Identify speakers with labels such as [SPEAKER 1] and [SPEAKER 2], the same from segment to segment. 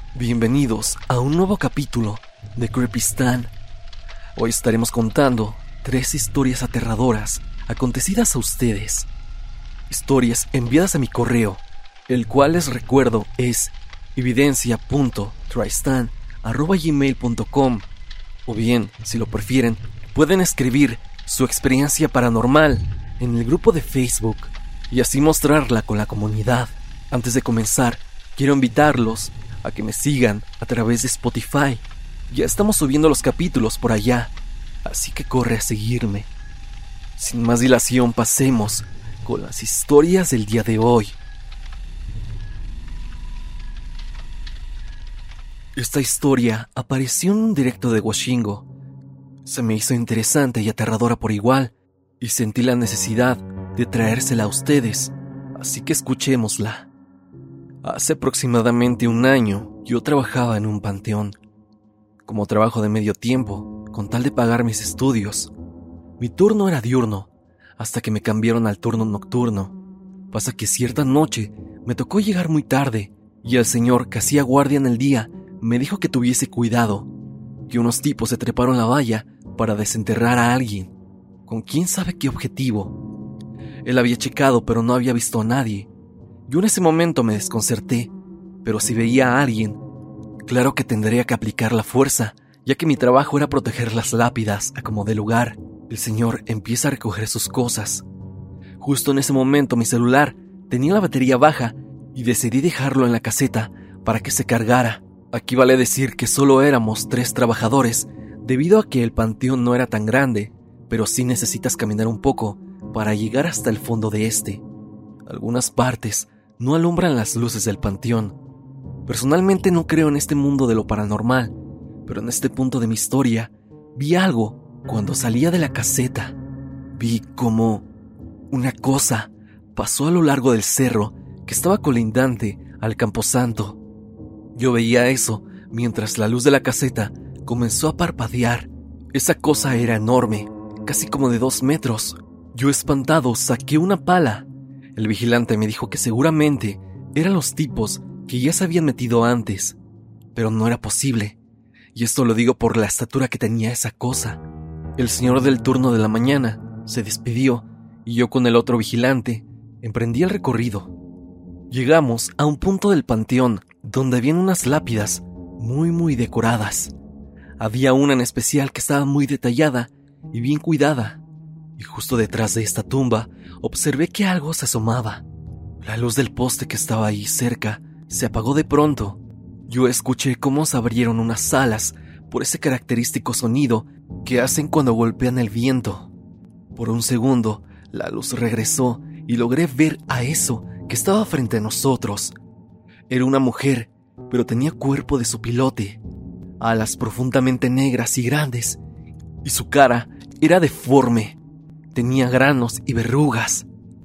[SPEAKER 1] Bienvenidos a un nuevo capítulo de Creepystan. Hoy estaremos contando 3 historias aterradoras acontecidas a ustedes. Historias enviadas a mi correo, el cual les recuerdo es evidencia.tristan@gmail.com. O bien, si lo prefieren, pueden escribir su experiencia paranormal en el grupo de Facebook y así mostrarla con la comunidad. Antes de comenzar, quiero invitarlos a que me sigan a través de Spotify. Ya estamos subiendo los capítulos por allá, así que corre a seguirme. Sin más dilación, pasemos con las historias del día de hoy. Esta historia apareció en un directo de Washingo. Se me hizo interesante y aterradora por igual, y sentí la necesidad de traérsela a ustedes, así que escuchémosla. Hace aproximadamente un año, yo trabajaba en un panteón, como trabajo de medio tiempo, con tal de pagar mis estudios. Mi turno era diurno, hasta que me cambiaron al turno nocturno. Pasa que cierta noche me tocó llegar muy tarde, y el señor que hacía guardia en el día me dijo que tuviese cuidado, que unos tipos se treparon la valla para desenterrar a alguien, con quién sabe qué objetivo. Él había checado, pero no había visto a nadie. Yo en ese momento me desconcerté, pero si veía a alguien, claro que tendría que aplicar la fuerza, ya que mi trabajo era proteger las lápidas a como de lugar. El señor empieza a recoger sus cosas. Justo en ese momento mi celular tenía la batería baja y decidí dejarlo en la caseta para que se cargara. Aquí vale decir que solo éramos 3 trabajadores, debido a que el panteón no era tan grande, pero sí necesitas caminar un poco para llegar hasta el fondo de este. Algunas partes no alumbran las luces del panteón. Personalmente no creo en este mundo de lo paranormal, pero en este punto de mi historia vi algo cuando salía de la caseta. Vi como una cosa pasó a lo largo del cerro que estaba colindante al camposanto. Yo veía eso mientras la luz de la caseta comenzó a parpadear. Esa cosa era enorme, casi como de 2 metros. Yo espantado saqué una pala. El vigilante me dijo que seguramente eran los tipos que ya se habían metido antes, pero no era posible, y esto lo digo por la estatura que tenía esa cosa. El señor del turno de la mañana se despidió y yo con el otro vigilante emprendí el recorrido. Llegamos a un punto del panteón donde habían unas lápidas muy decoradas. Había una en especial que estaba muy detallada y bien cuidada, y justo detrás de esta tumba observé que algo se asomaba. La luz del poste que estaba ahí cerca se apagó de pronto. Yo escuché cómo se abrieron unas alas por ese característico sonido que hacen cuando golpean el viento. Por un segundo, la luz regresó y logré ver a eso que estaba frente a nosotros. Era una mujer, pero tenía cuerpo de sopilote, alas profundamente negras y grandes, y su cara era deforme. Tenía granos y verrugas.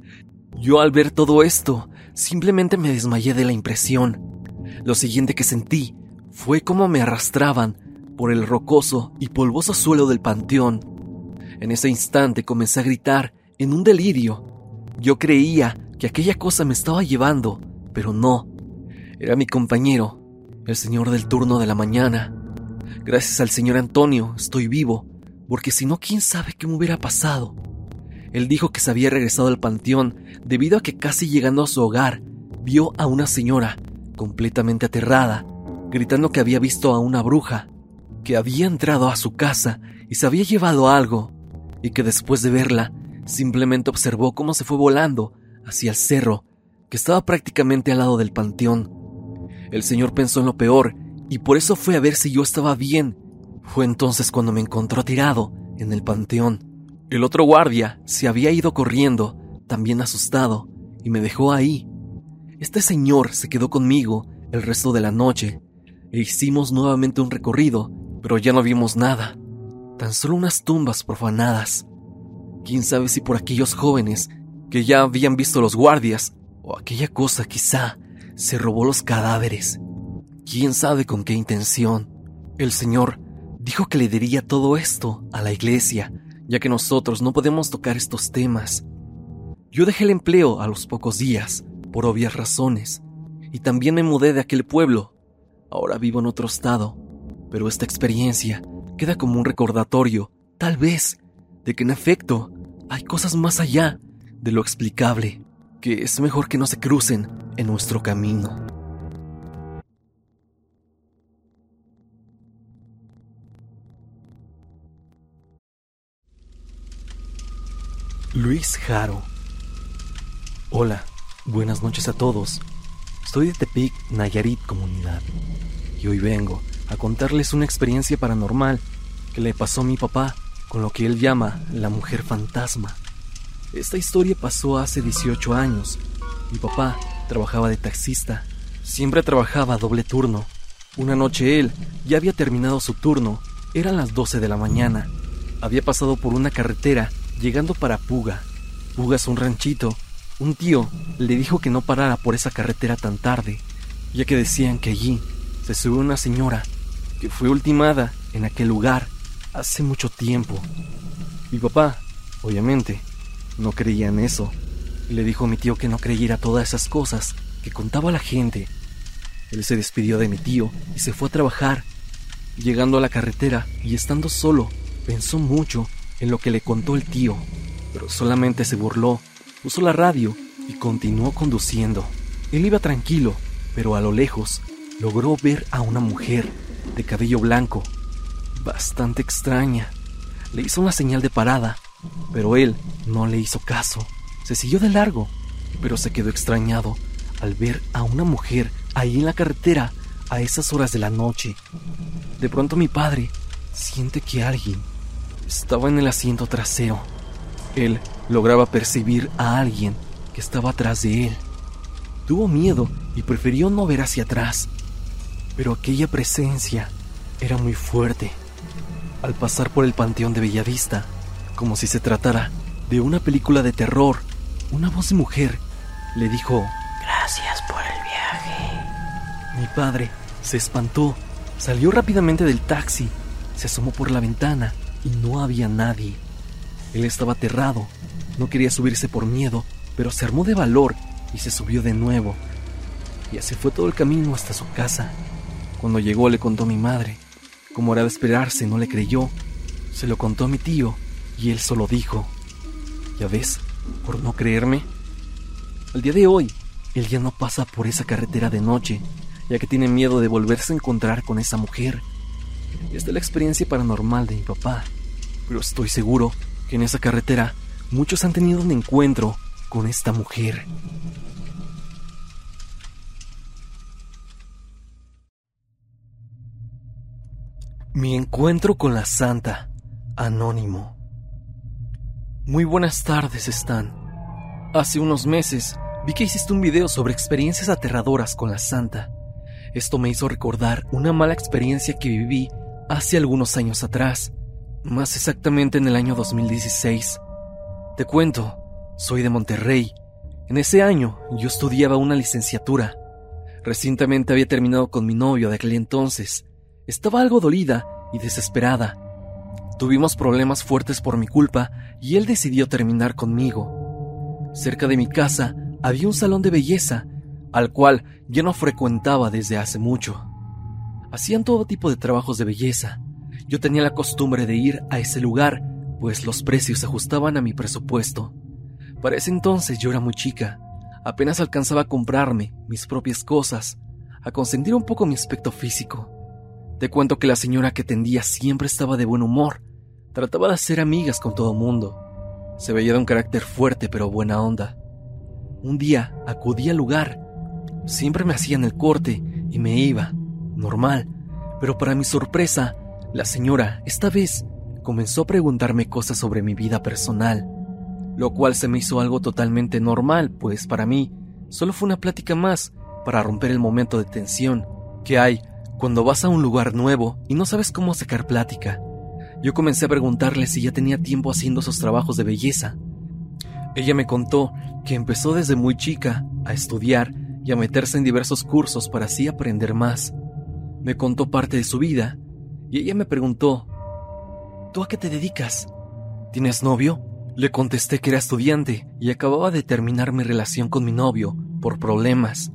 [SPEAKER 1] Yo al ver todo esto, simplemente me desmayé de la impresión. Lo siguiente que sentí fue como me arrastraban por el rocoso y polvoso suelo del panteón. En ese instante comencé a gritar en un delirio. Yo creía que aquella cosa me estaba llevando, pero no. Era mi compañero, el señor del turno de la mañana. Gracias al señor Antonio estoy vivo, porque si no, quién sabe qué me hubiera pasado. Él dijo que se había regresado al panteón debido a que casi llegando a su hogar vio a una señora completamente aterrada, gritando que había visto a una bruja, que había entrado a su casa y se había llevado algo, y que después de verla simplemente observó cómo se fue volando hacia el cerro, que estaba prácticamente al lado del panteón. El señor pensó en lo peor y por eso fue a ver si yo estaba bien. Fue entonces cuando me encontró tirado en el panteón. El otro guardia se había ido corriendo, también asustado, y me dejó ahí. Este señor se quedó conmigo el resto de la noche, e hicimos nuevamente un recorrido, pero ya no vimos nada, tan solo unas tumbas profanadas. Quién sabe si por aquellos jóvenes que ya habían visto los guardias, o aquella cosa quizá se robó los cadáveres. Quién sabe con qué intención. El señor dijo que le diría todo esto a la iglesia, ya que nosotros no podemos tocar estos temas. Yo dejé el empleo a los pocos días, por obvias razones, y también me mudé de aquel pueblo Ahora vivo en otro estado, pero esta experiencia queda como un recordatorio, tal vez, de que en efecto hay cosas más allá de lo explicable, que es mejor que no se crucen en nuestro camino. Luis Jaro. Hola, buenas noches a todos. Soy de Tepic, Nayarit, comunidad. Y hoy vengo a contarles una experiencia paranormal que le pasó a mi papá con lo que él llama la mujer fantasma. Esta historia pasó hace 18 años. Mi papá trabajaba de taxista. Siempre trabajaba doble turno. Una noche él ya había terminado su turno. Eran las 12 de la mañana. Había pasado por una carretera llegando para Puga. Puga es un ranchito. Un tío le dijo que no parara por esa carretera tan tarde, ya que decían que allí se subió una señora que fue ultimada en aquel lugar hace mucho tiempo. Mi papá, obviamente, no creía en eso. Le dijo a mi tío que no creyera todas esas cosas que contaba la gente. Él se despidió de mi tío y se fue a trabajar. Llegando a la carretera y estando solo, pensó mucho en lo que le contó el tío, pero solamente se burló, puso la radio y continuó conduciendo. Él iba tranquilo, pero a lo lejos logró ver a una mujer de cabello blanco, bastante extraña. Le hizo una señal de parada, pero él no le hizo caso. Se siguió de largo, pero se quedó extrañado al ver a una mujer ahí en la carretera a esas horas de la noche. De pronto mi padre siente que alguien estaba en el asiento trasero. Él lograba percibir a alguien que estaba atrás de él. Tuvo miedo y prefirió no ver hacia atrás, pero aquella presencia era muy fuerte. Al pasar por el panteón de Bellavista, como si se tratara de una película de terror, una voz de mujer le dijo:
[SPEAKER 2] "Gracias por el viaje".
[SPEAKER 1] Mi padre se espantó, salió rápidamente del taxi, se asomó por la ventana y no había nadie. Él estaba aterrado, no quería subirse por miedo, pero se armó de valor y se subió de nuevo. Y así fue todo el camino hasta su casa. Cuando llegó le contó a mi madre. Como era de esperarse, no le creyó. Se lo contó a mi tío y él solo dijo: ¿ya ves? Por no creerme. Al día de hoy, él ya no pasa por esa carretera de noche, ya que tiene miedo de volverse a encontrar con esa mujer. Esta es la experiencia paranormal de mi papá, pero estoy seguro que en esa carretera muchos han tenido un encuentro con esta mujer. Mi encuentro con la Santa, anónimo. Muy buenas tardes, Stan. Hace unos meses vi que hiciste un video sobre experiencias aterradoras con la Santa. Esto me hizo recordar una mala experiencia que viví hace algunos años atrás, más exactamente en el año 2016. Te cuento, soy de Monterrey. En ese año yo estudiaba una licenciatura. Recientemente había terminado con mi novio de aquel entonces. Estaba algo dolida y desesperada. Tuvimos problemas fuertes por mi culpa y él decidió terminar conmigo. Cerca de mi casa había un salón de belleza, al cual yo no frecuentaba desde hace mucho. Hacían todo tipo de trabajos de belleza. Yo tenía la costumbre de ir a ese lugar, pues los precios se ajustaban a mi presupuesto. Para ese entonces yo era muy chica, apenas alcanzaba a comprarme mis propias cosas, a consentir un poco mi aspecto físico. Te cuento que la señora que atendía siempre estaba de buen humor, trataba de hacer amigas con todo mundo. Se veía de un carácter fuerte pero buena onda. Un día acudí al lugar, siempre me hacían el corte y me iba, normal, pero para mi sorpresa, la señora, esta vez, comenzó a preguntarme cosas sobre mi vida personal, lo cual se me hizo algo totalmente normal, pues para mí solo fue una plática más para romper el momento de tensión que hay cuando vas a un lugar nuevo y no sabes cómo sacar plática. Yo comencé a preguntarle si ya tenía tiempo haciendo esos trabajos de belleza. Ella me contó que empezó desde muy chica a estudiar y a meterse en diversos cursos para así aprender más. Me contó parte de su vida y ella me preguntó: ¿tú a qué te dedicas? ¿Tienes novio? Le contesté que era estudiante y acababa de terminar mi relación con mi novio por problemas.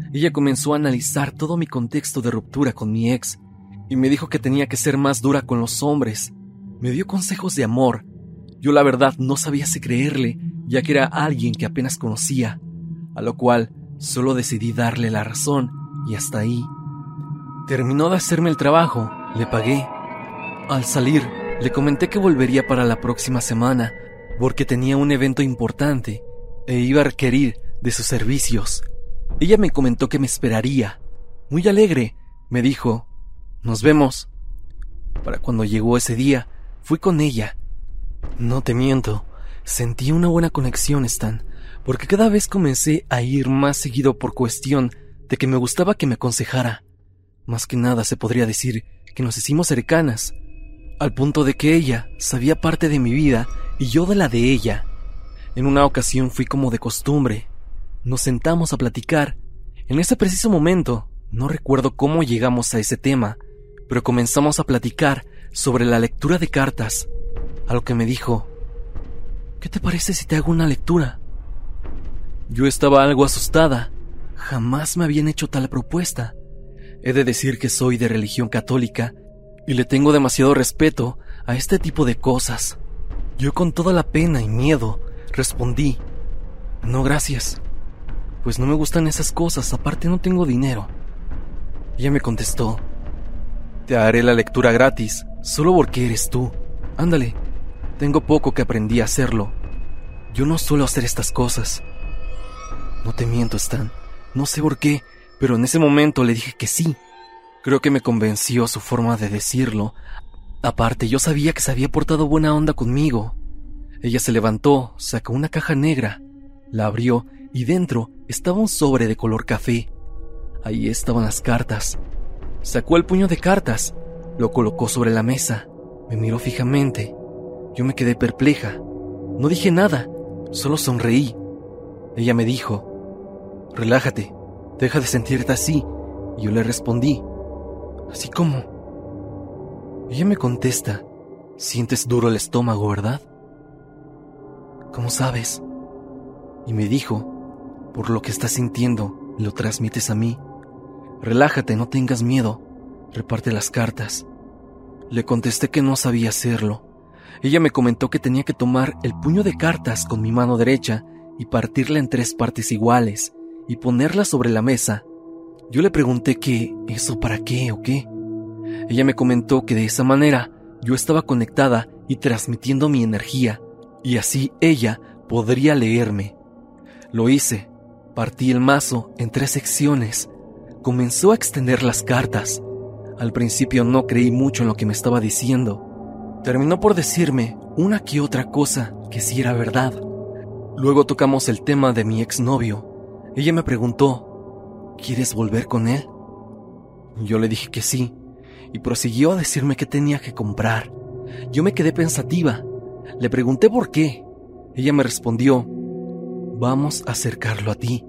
[SPEAKER 1] ella comenzó a analizar todo mi contexto de ruptura con mi ex y me dijo que tenía que ser más dura con los hombres. Me dio consejos de amor. Yo la verdad no sabía si creerle, ya que era alguien que apenas conocía, a lo cual solo decidí darle la razón y hasta ahí. Terminó de hacerme el trabajo, le pagué. Al salir, le comenté que volvería para la próxima semana porque tenía un evento importante e iba a requerir de sus servicios. Ella me comentó que me esperaría. Muy alegre, me dijo, «Nos vemos». Para cuando llegó ese día, fui con ella. No te miento, sentí una buena conexión, Stan, porque cada vez comencé a ir más seguido por cuestión de que me gustaba que me aconsejara. Más que nada se podría decir que nos hicimos cercanas, al punto de que ella sabía parte de mi vida y yo de la de ella. En una ocasión fui como de costumbre. Nos sentamos a platicar. En ese preciso momento, no recuerdo cómo llegamos a ese tema, pero comenzamos a platicar sobre la lectura de cartas, a lo que me dijo, «¿Qué te parece si te hago una lectura?». Yo estaba algo asustada. Jamás me habían hecho tal propuesta. He de decir que soy de religión católica y le tengo demasiado respeto a este tipo de cosas. Yo con toda la pena y miedo respondí, «No, gracias. Pues no me gustan esas cosas, aparte no tengo dinero». Ella me contestó, «Te haré la lectura gratis, solo porque eres tú. Ándale, tengo poco que aprendí a hacerlo. Yo no suelo hacer estas cosas». No te miento, Stan, no sé por qué, pero en ese momento le dije que sí. Creo que me convenció su forma de decirlo. Aparte, yo sabía que se había portado buena onda conmigo. Ella se levantó, sacó una caja negra, la abrió y dentro estaba un sobre de color café. Ahí estaban las cartas. Sacó el puño de cartas, lo colocó sobre la mesa, me miró fijamente. Yo me quedé perpleja. No dije nada, solo sonreí. Ella me dijo, «Relájate, deja de sentirte así». Y yo le respondí, «¿Así cómo?». Ella me contesta, «Sientes duro el estómago, ¿verdad?». «¿Cómo sabes?». Y me dijo, «Por lo que estás sintiendo, lo transmites a mí. Relájate, no tengas miedo, reparte las cartas». Le contesté que no sabía hacerlo. Ella me comentó que tenía que tomar el puño de cartas con mi mano derecha y partirla en 3 partes iguales y ponerla sobre la mesa. Yo le pregunté que ¿eso para qué o qué? Ella me comentó que de esa manera yo estaba conectada y transmitiendo mi energía, y así ella podría leerme. Lo hice, partí el mazo en 3 secciones, comenzó a extender las cartas. Al principio no creí mucho en lo que me estaba diciendo. Terminó por decirme una que otra cosa que sí era verdad. Luego tocamos el tema de mi exnovio. Ella me preguntó, ¿quieres volver con él? Yo le dije que sí, y prosiguió a decirme qué tenía que comprar. Yo me quedé pensativa. Le pregunté por qué. Ella me respondió, «Vamos a acercarlo a ti».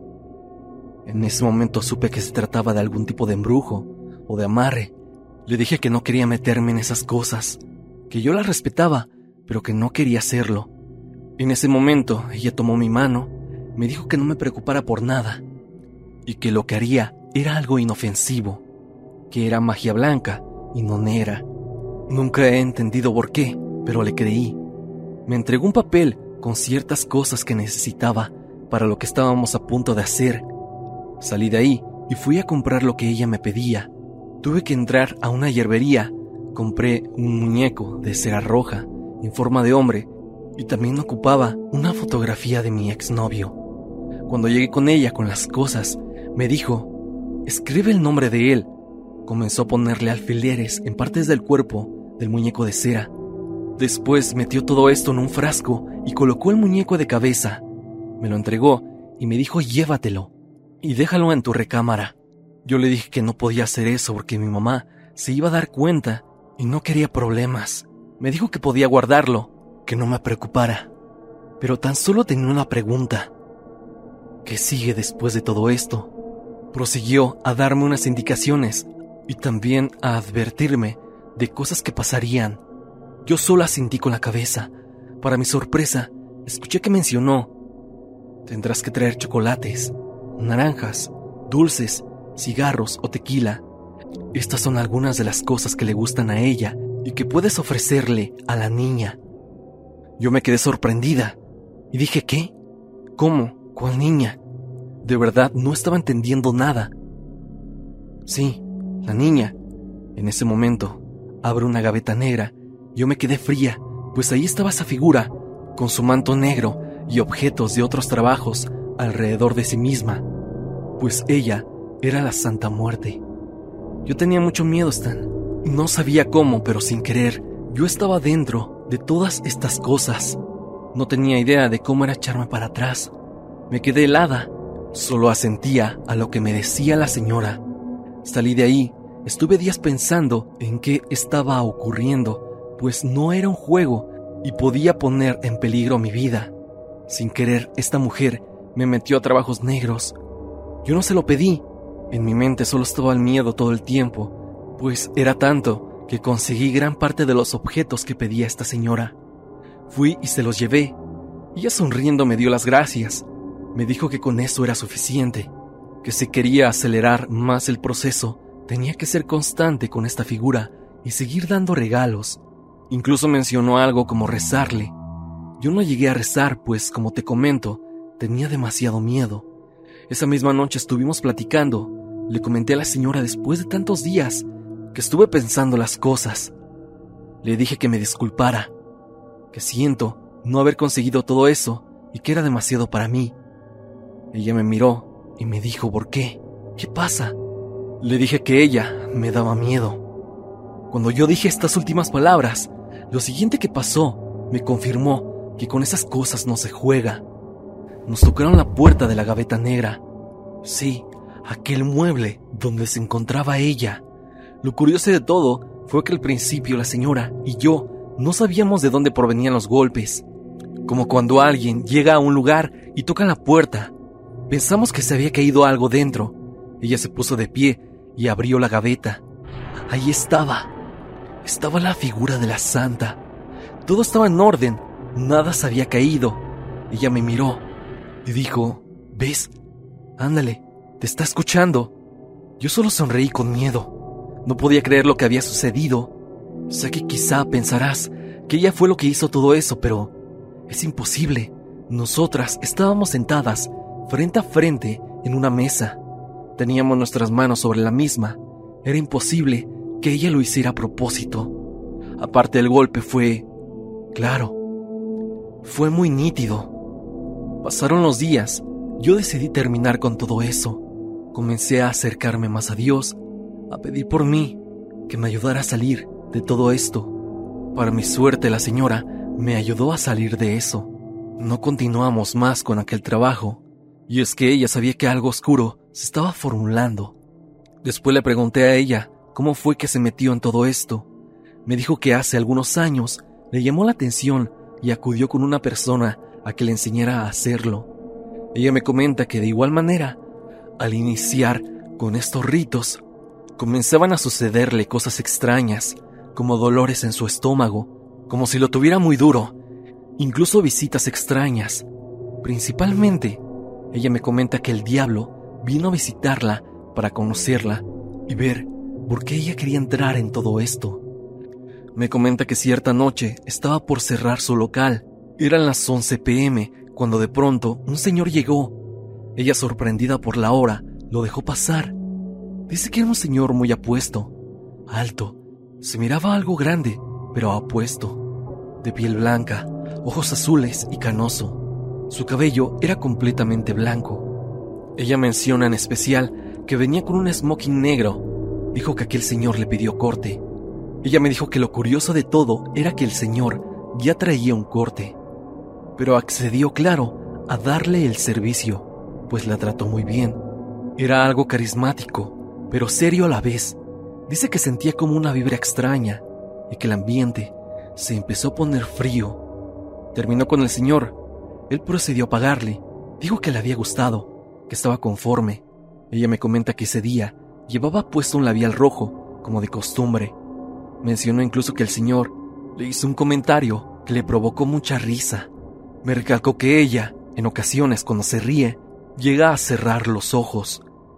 [SPEAKER 1] En ese momento supe que se trataba de algún tipo de embrujo o de amarre. Le dije que no quería meterme en esas cosas, que yo las respetaba, pero que no quería hacerlo. En ese momento, ella tomó mi mano, me dijo que no me preocupara por nada, y que lo que haría era algo inofensivo, que era magia blanca y no negra. Nunca he entendido por qué, pero le creí. Me entregó un papel con ciertas cosas que necesitaba para lo que estábamos a punto de hacer. Salí de ahí y fui a comprar lo que ella me pedía. Tuve que entrar a una hierbería. Compré un muñeco de cera roja en forma de hombre y también ocupaba una fotografía de mi exnovio. Cuando llegué con ella con las cosas, me dijo, «Escribe el nombre de él». Comenzó a ponerle alfileres en partes del cuerpo del muñeco de cera. Después metió todo esto en un frasco y colocó el muñeco de cabeza. Me lo entregó y me dijo, «Llévatelo y déjalo en tu recámara». Yo le dije que no podía hacer eso porque mi mamá se iba a dar cuenta y no quería problemas. Me dijo que podía guardarlo, que no me preocupara. Pero tan solo tenía una pregunta. ¿Qué sigue después de todo esto? Prosiguió a darme unas indicaciones y también a advertirme de cosas que pasarían. Yo solo asentí con la cabeza. Para mi sorpresa, escuché que mencionó, «Tendrás que traer chocolates, naranjas dulces, cigarros o tequila. Estas son algunas de las cosas que le gustan a ella y que puedes ofrecerle a la niña. Yo me quedé sorprendida y dije, ¿qué? ¿Cómo? ¿Cuál niña? De verdad no estaba entendiendo nada. Sí, la niña. En ese momento, abre una gaveta negra. Yo me quedé fría, pues ahí estaba esa figura, con su manto negro y objetos de otros trabajos alrededor de sí misma, pues ella era la Santa Muerte. Yo tenía mucho miedo, Stan. No sabía cómo, pero sin querer, yo estaba dentro de todas estas cosas. No tenía idea de cómo era echarme para atrás. Me quedé helada, solo asentía a lo que me decía la señora. Salí de ahí, estuve días pensando en qué estaba ocurriendo, pues no era un juego y podía poner en peligro mi vida. Sin querer, esta mujer me metió a trabajos negros. Yo no se lo pedí. En mi mente solo estaba el miedo todo el tiempo, pues era tanto que conseguí gran parte de los objetos que pedía esta señora. Fui y se los llevé. Ella sonriendo me dio las gracias. Me dijo que con eso era suficiente, que si quería acelerar más el proceso, tenía que ser constante con esta figura y seguir dando regalos. Incluso mencionó algo como rezarle. Yo no llegué a rezar, pues, como te comento, tenía demasiado miedo. Esa misma noche estuvimos platicando. Le comenté a la señora después de tantos días que estuve pensando las cosas. Le dije que me disculpara, que siento no haber conseguido todo eso y que era demasiado para mí. Ella me miró y me dijo, ¿por qué? ¿Qué pasa? Le dije que ella me daba miedo. Cuando yo dije estas últimas palabras, lo siguiente que pasó me confirmó que con esas cosas no se juega. Nos tocaron la puerta de la gaveta negra. Sí, aquel mueble donde se encontraba ella. Lo curioso de todo fue que al principio la señora y yo no sabíamos de dónde provenían los golpes. Como cuando alguien llega a un lugar y toca la puerta. Pensamos que se había caído algo dentro. Ella se puso de pie y abrió la gaveta. Ahí estaba. Estaba la figura de la santa. Todo estaba en orden. Nada se había caído. Ella me miró y dijo, ¿ves? Ándale, te está escuchando. Yo solo sonreí con miedo. No podía creer lo que había sucedido. Sé que quizá pensarás que ella fue lo que hizo todo eso, pero es imposible. Nosotras estábamos sentadas frente a frente en una mesa. Teníamos nuestras manos sobre la misma. Era imposible que ella lo hiciera a propósito. Aparte, el golpe fue... claro, fue muy nítido. Pasaron los días. Yo decidí terminar con todo eso. Comencé a acercarme más a Dios, a pedir por mí, que me ayudara a salir de todo esto. Para mi suerte, la señora me ayudó a salir de eso. No continuamos más con aquel trabajo, y es que ella sabía que algo oscuro se estaba formulando. Después le pregunté a ella cómo fue que se metió en todo esto. Me dijo que hace algunos años le llamó la atención y acudió con una persona a que le enseñara a hacerlo. Ella me comenta que de igual manera, al iniciar con estos ritos, comenzaban a sucederle cosas extrañas, como dolores en su estómago, como si lo tuviera muy duro, incluso visitas extrañas. Principalmente, ella me comenta que el diablo vino a visitarla para conocerla y ver por qué ella quería entrar en todo esto. Me comenta que cierta noche estaba por cerrar su local. Eran las 11 p.m. cuando de pronto un señor llegó. Ella, sorprendida por la hora, lo dejó pasar. Dice que era un señor muy apuesto, alto, se miraba algo grande, pero apuesto, de piel blanca, ojos azules y canoso. Su cabello era completamente blanco. Ella menciona en especial que venía con un smoking negro. Dijo que aquel señor le pidió corte. Ella me dijo que lo curioso de todo era que el señor ya traía un corte, pero accedió, claro, a darle el servicio, pues la trató muy bien. Era algo carismático, pero serio a la vez. Dice que sentía como una vibra extraña y que el ambiente se empezó a poner frío. Terminó con el señor. Él procedió a pagarle. Dijo que le había gustado, que estaba conforme. Ella me comenta que ese día llevaba puesto un labial rojo, como de costumbre. Mencionó incluso que el señor le hizo un comentario que le provocó mucha risa. Me recalcó que ella, en ocasiones cuando se ríe, llega a cerrar los ojos.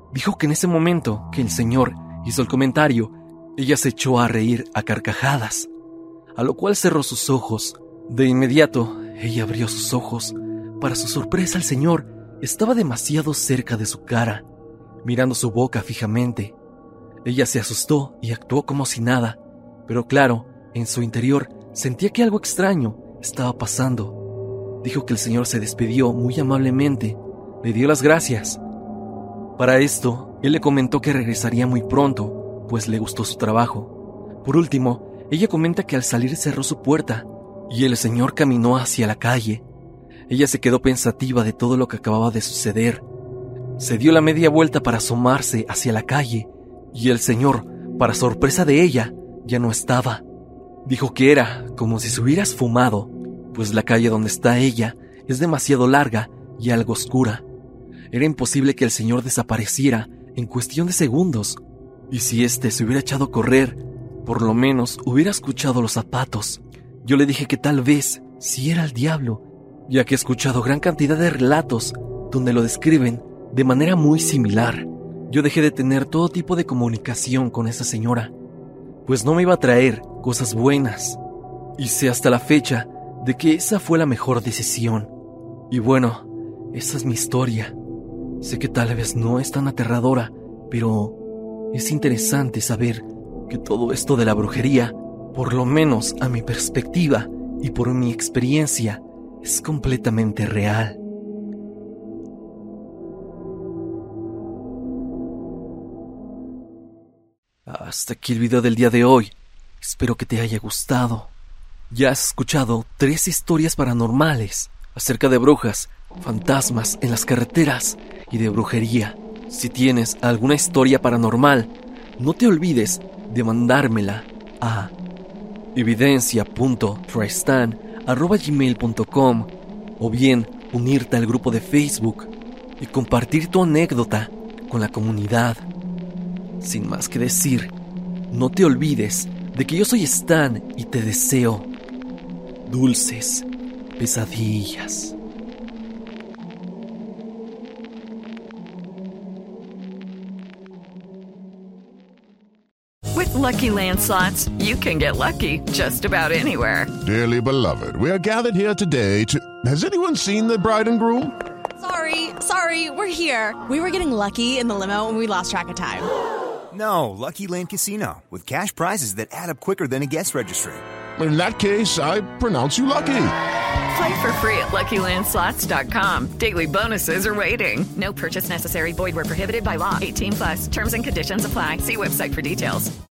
[SPEAKER 1] Dijo que en ese momento que el señor hizo el comentario, ella se echó a reír a carcajadas, a lo cual cerró sus ojos. De inmediato, ella abrió sus ojos. Para su sorpresa, el señor estaba demasiado cerca de su cara, mirando su boca fijamente. Ella se asustó y actuó como si nada, pero claro, en su interior sentía que algo extraño estaba pasando. Dijo que el señor se despidió muy amablemente, le dio las gracias. Para esto, él le comentó que regresaría muy pronto, pues le gustó su trabajo. Por último, ella comenta que al salir cerró su puerta y el señor caminó hacia la calle. Ella se quedó pensativa de todo lo que acababa de suceder. Se dio la media vuelta para asomarse hacia la calle y el señor, para sorpresa de ella, ya no estaba. Dijo que era como si se hubiera esfumado, pues la calle donde está ella es demasiado larga y algo oscura. Era imposible que el señor desapareciera en cuestión de segundos, y si éste se hubiera echado a correr, por lo menos hubiera escuchado los zapatos. Yo le dije que tal vez sí era el diablo, ya que he escuchado gran cantidad de relatos donde lo describen de manera muy similar. Yo dejé de tener todo tipo de comunicación con esa señora, pues no me iba a traer cosas buenas, y sé hasta la fecha de que esa fue la mejor decisión. Y bueno, esa es mi historia. Sé que tal vez no es tan aterradora, pero es interesante saber que todo esto de la brujería, por lo menos a mi perspectiva y por mi experiencia, es completamente real. Hasta aquí el video del día de hoy. Espero que te haya gustado. Ya has escuchado 3 historias paranormales acerca de brujas, fantasmas en las carreteras y de brujería. Si tienes alguna historia paranormal, no te olvides de mandármela a evidencia.tristan@gmail.com o bien unirte al grupo de Facebook y compartir tu anécdota con la comunidad. Sin más que decir, no te olvides de que yo soy Stan y te deseo dulces pesadillas.
[SPEAKER 2] With Lucky Land Slots, you can get lucky just about anywhere.
[SPEAKER 3] Dearly beloved, we are gathered here today to... Has anyone seen the bride and groom?
[SPEAKER 4] Sorry, we're here. We were getting lucky in the limo and we lost track of time.
[SPEAKER 5] No, Lucky Land Casino, with cash prizes that add up quicker than a guest registry.
[SPEAKER 3] In that case, I pronounce you lucky.
[SPEAKER 2] Play for free at LuckyLandSlots.com. Daily bonuses are waiting. No purchase necessary. Void where prohibited by law. 18+. Terms and conditions apply. See website for details.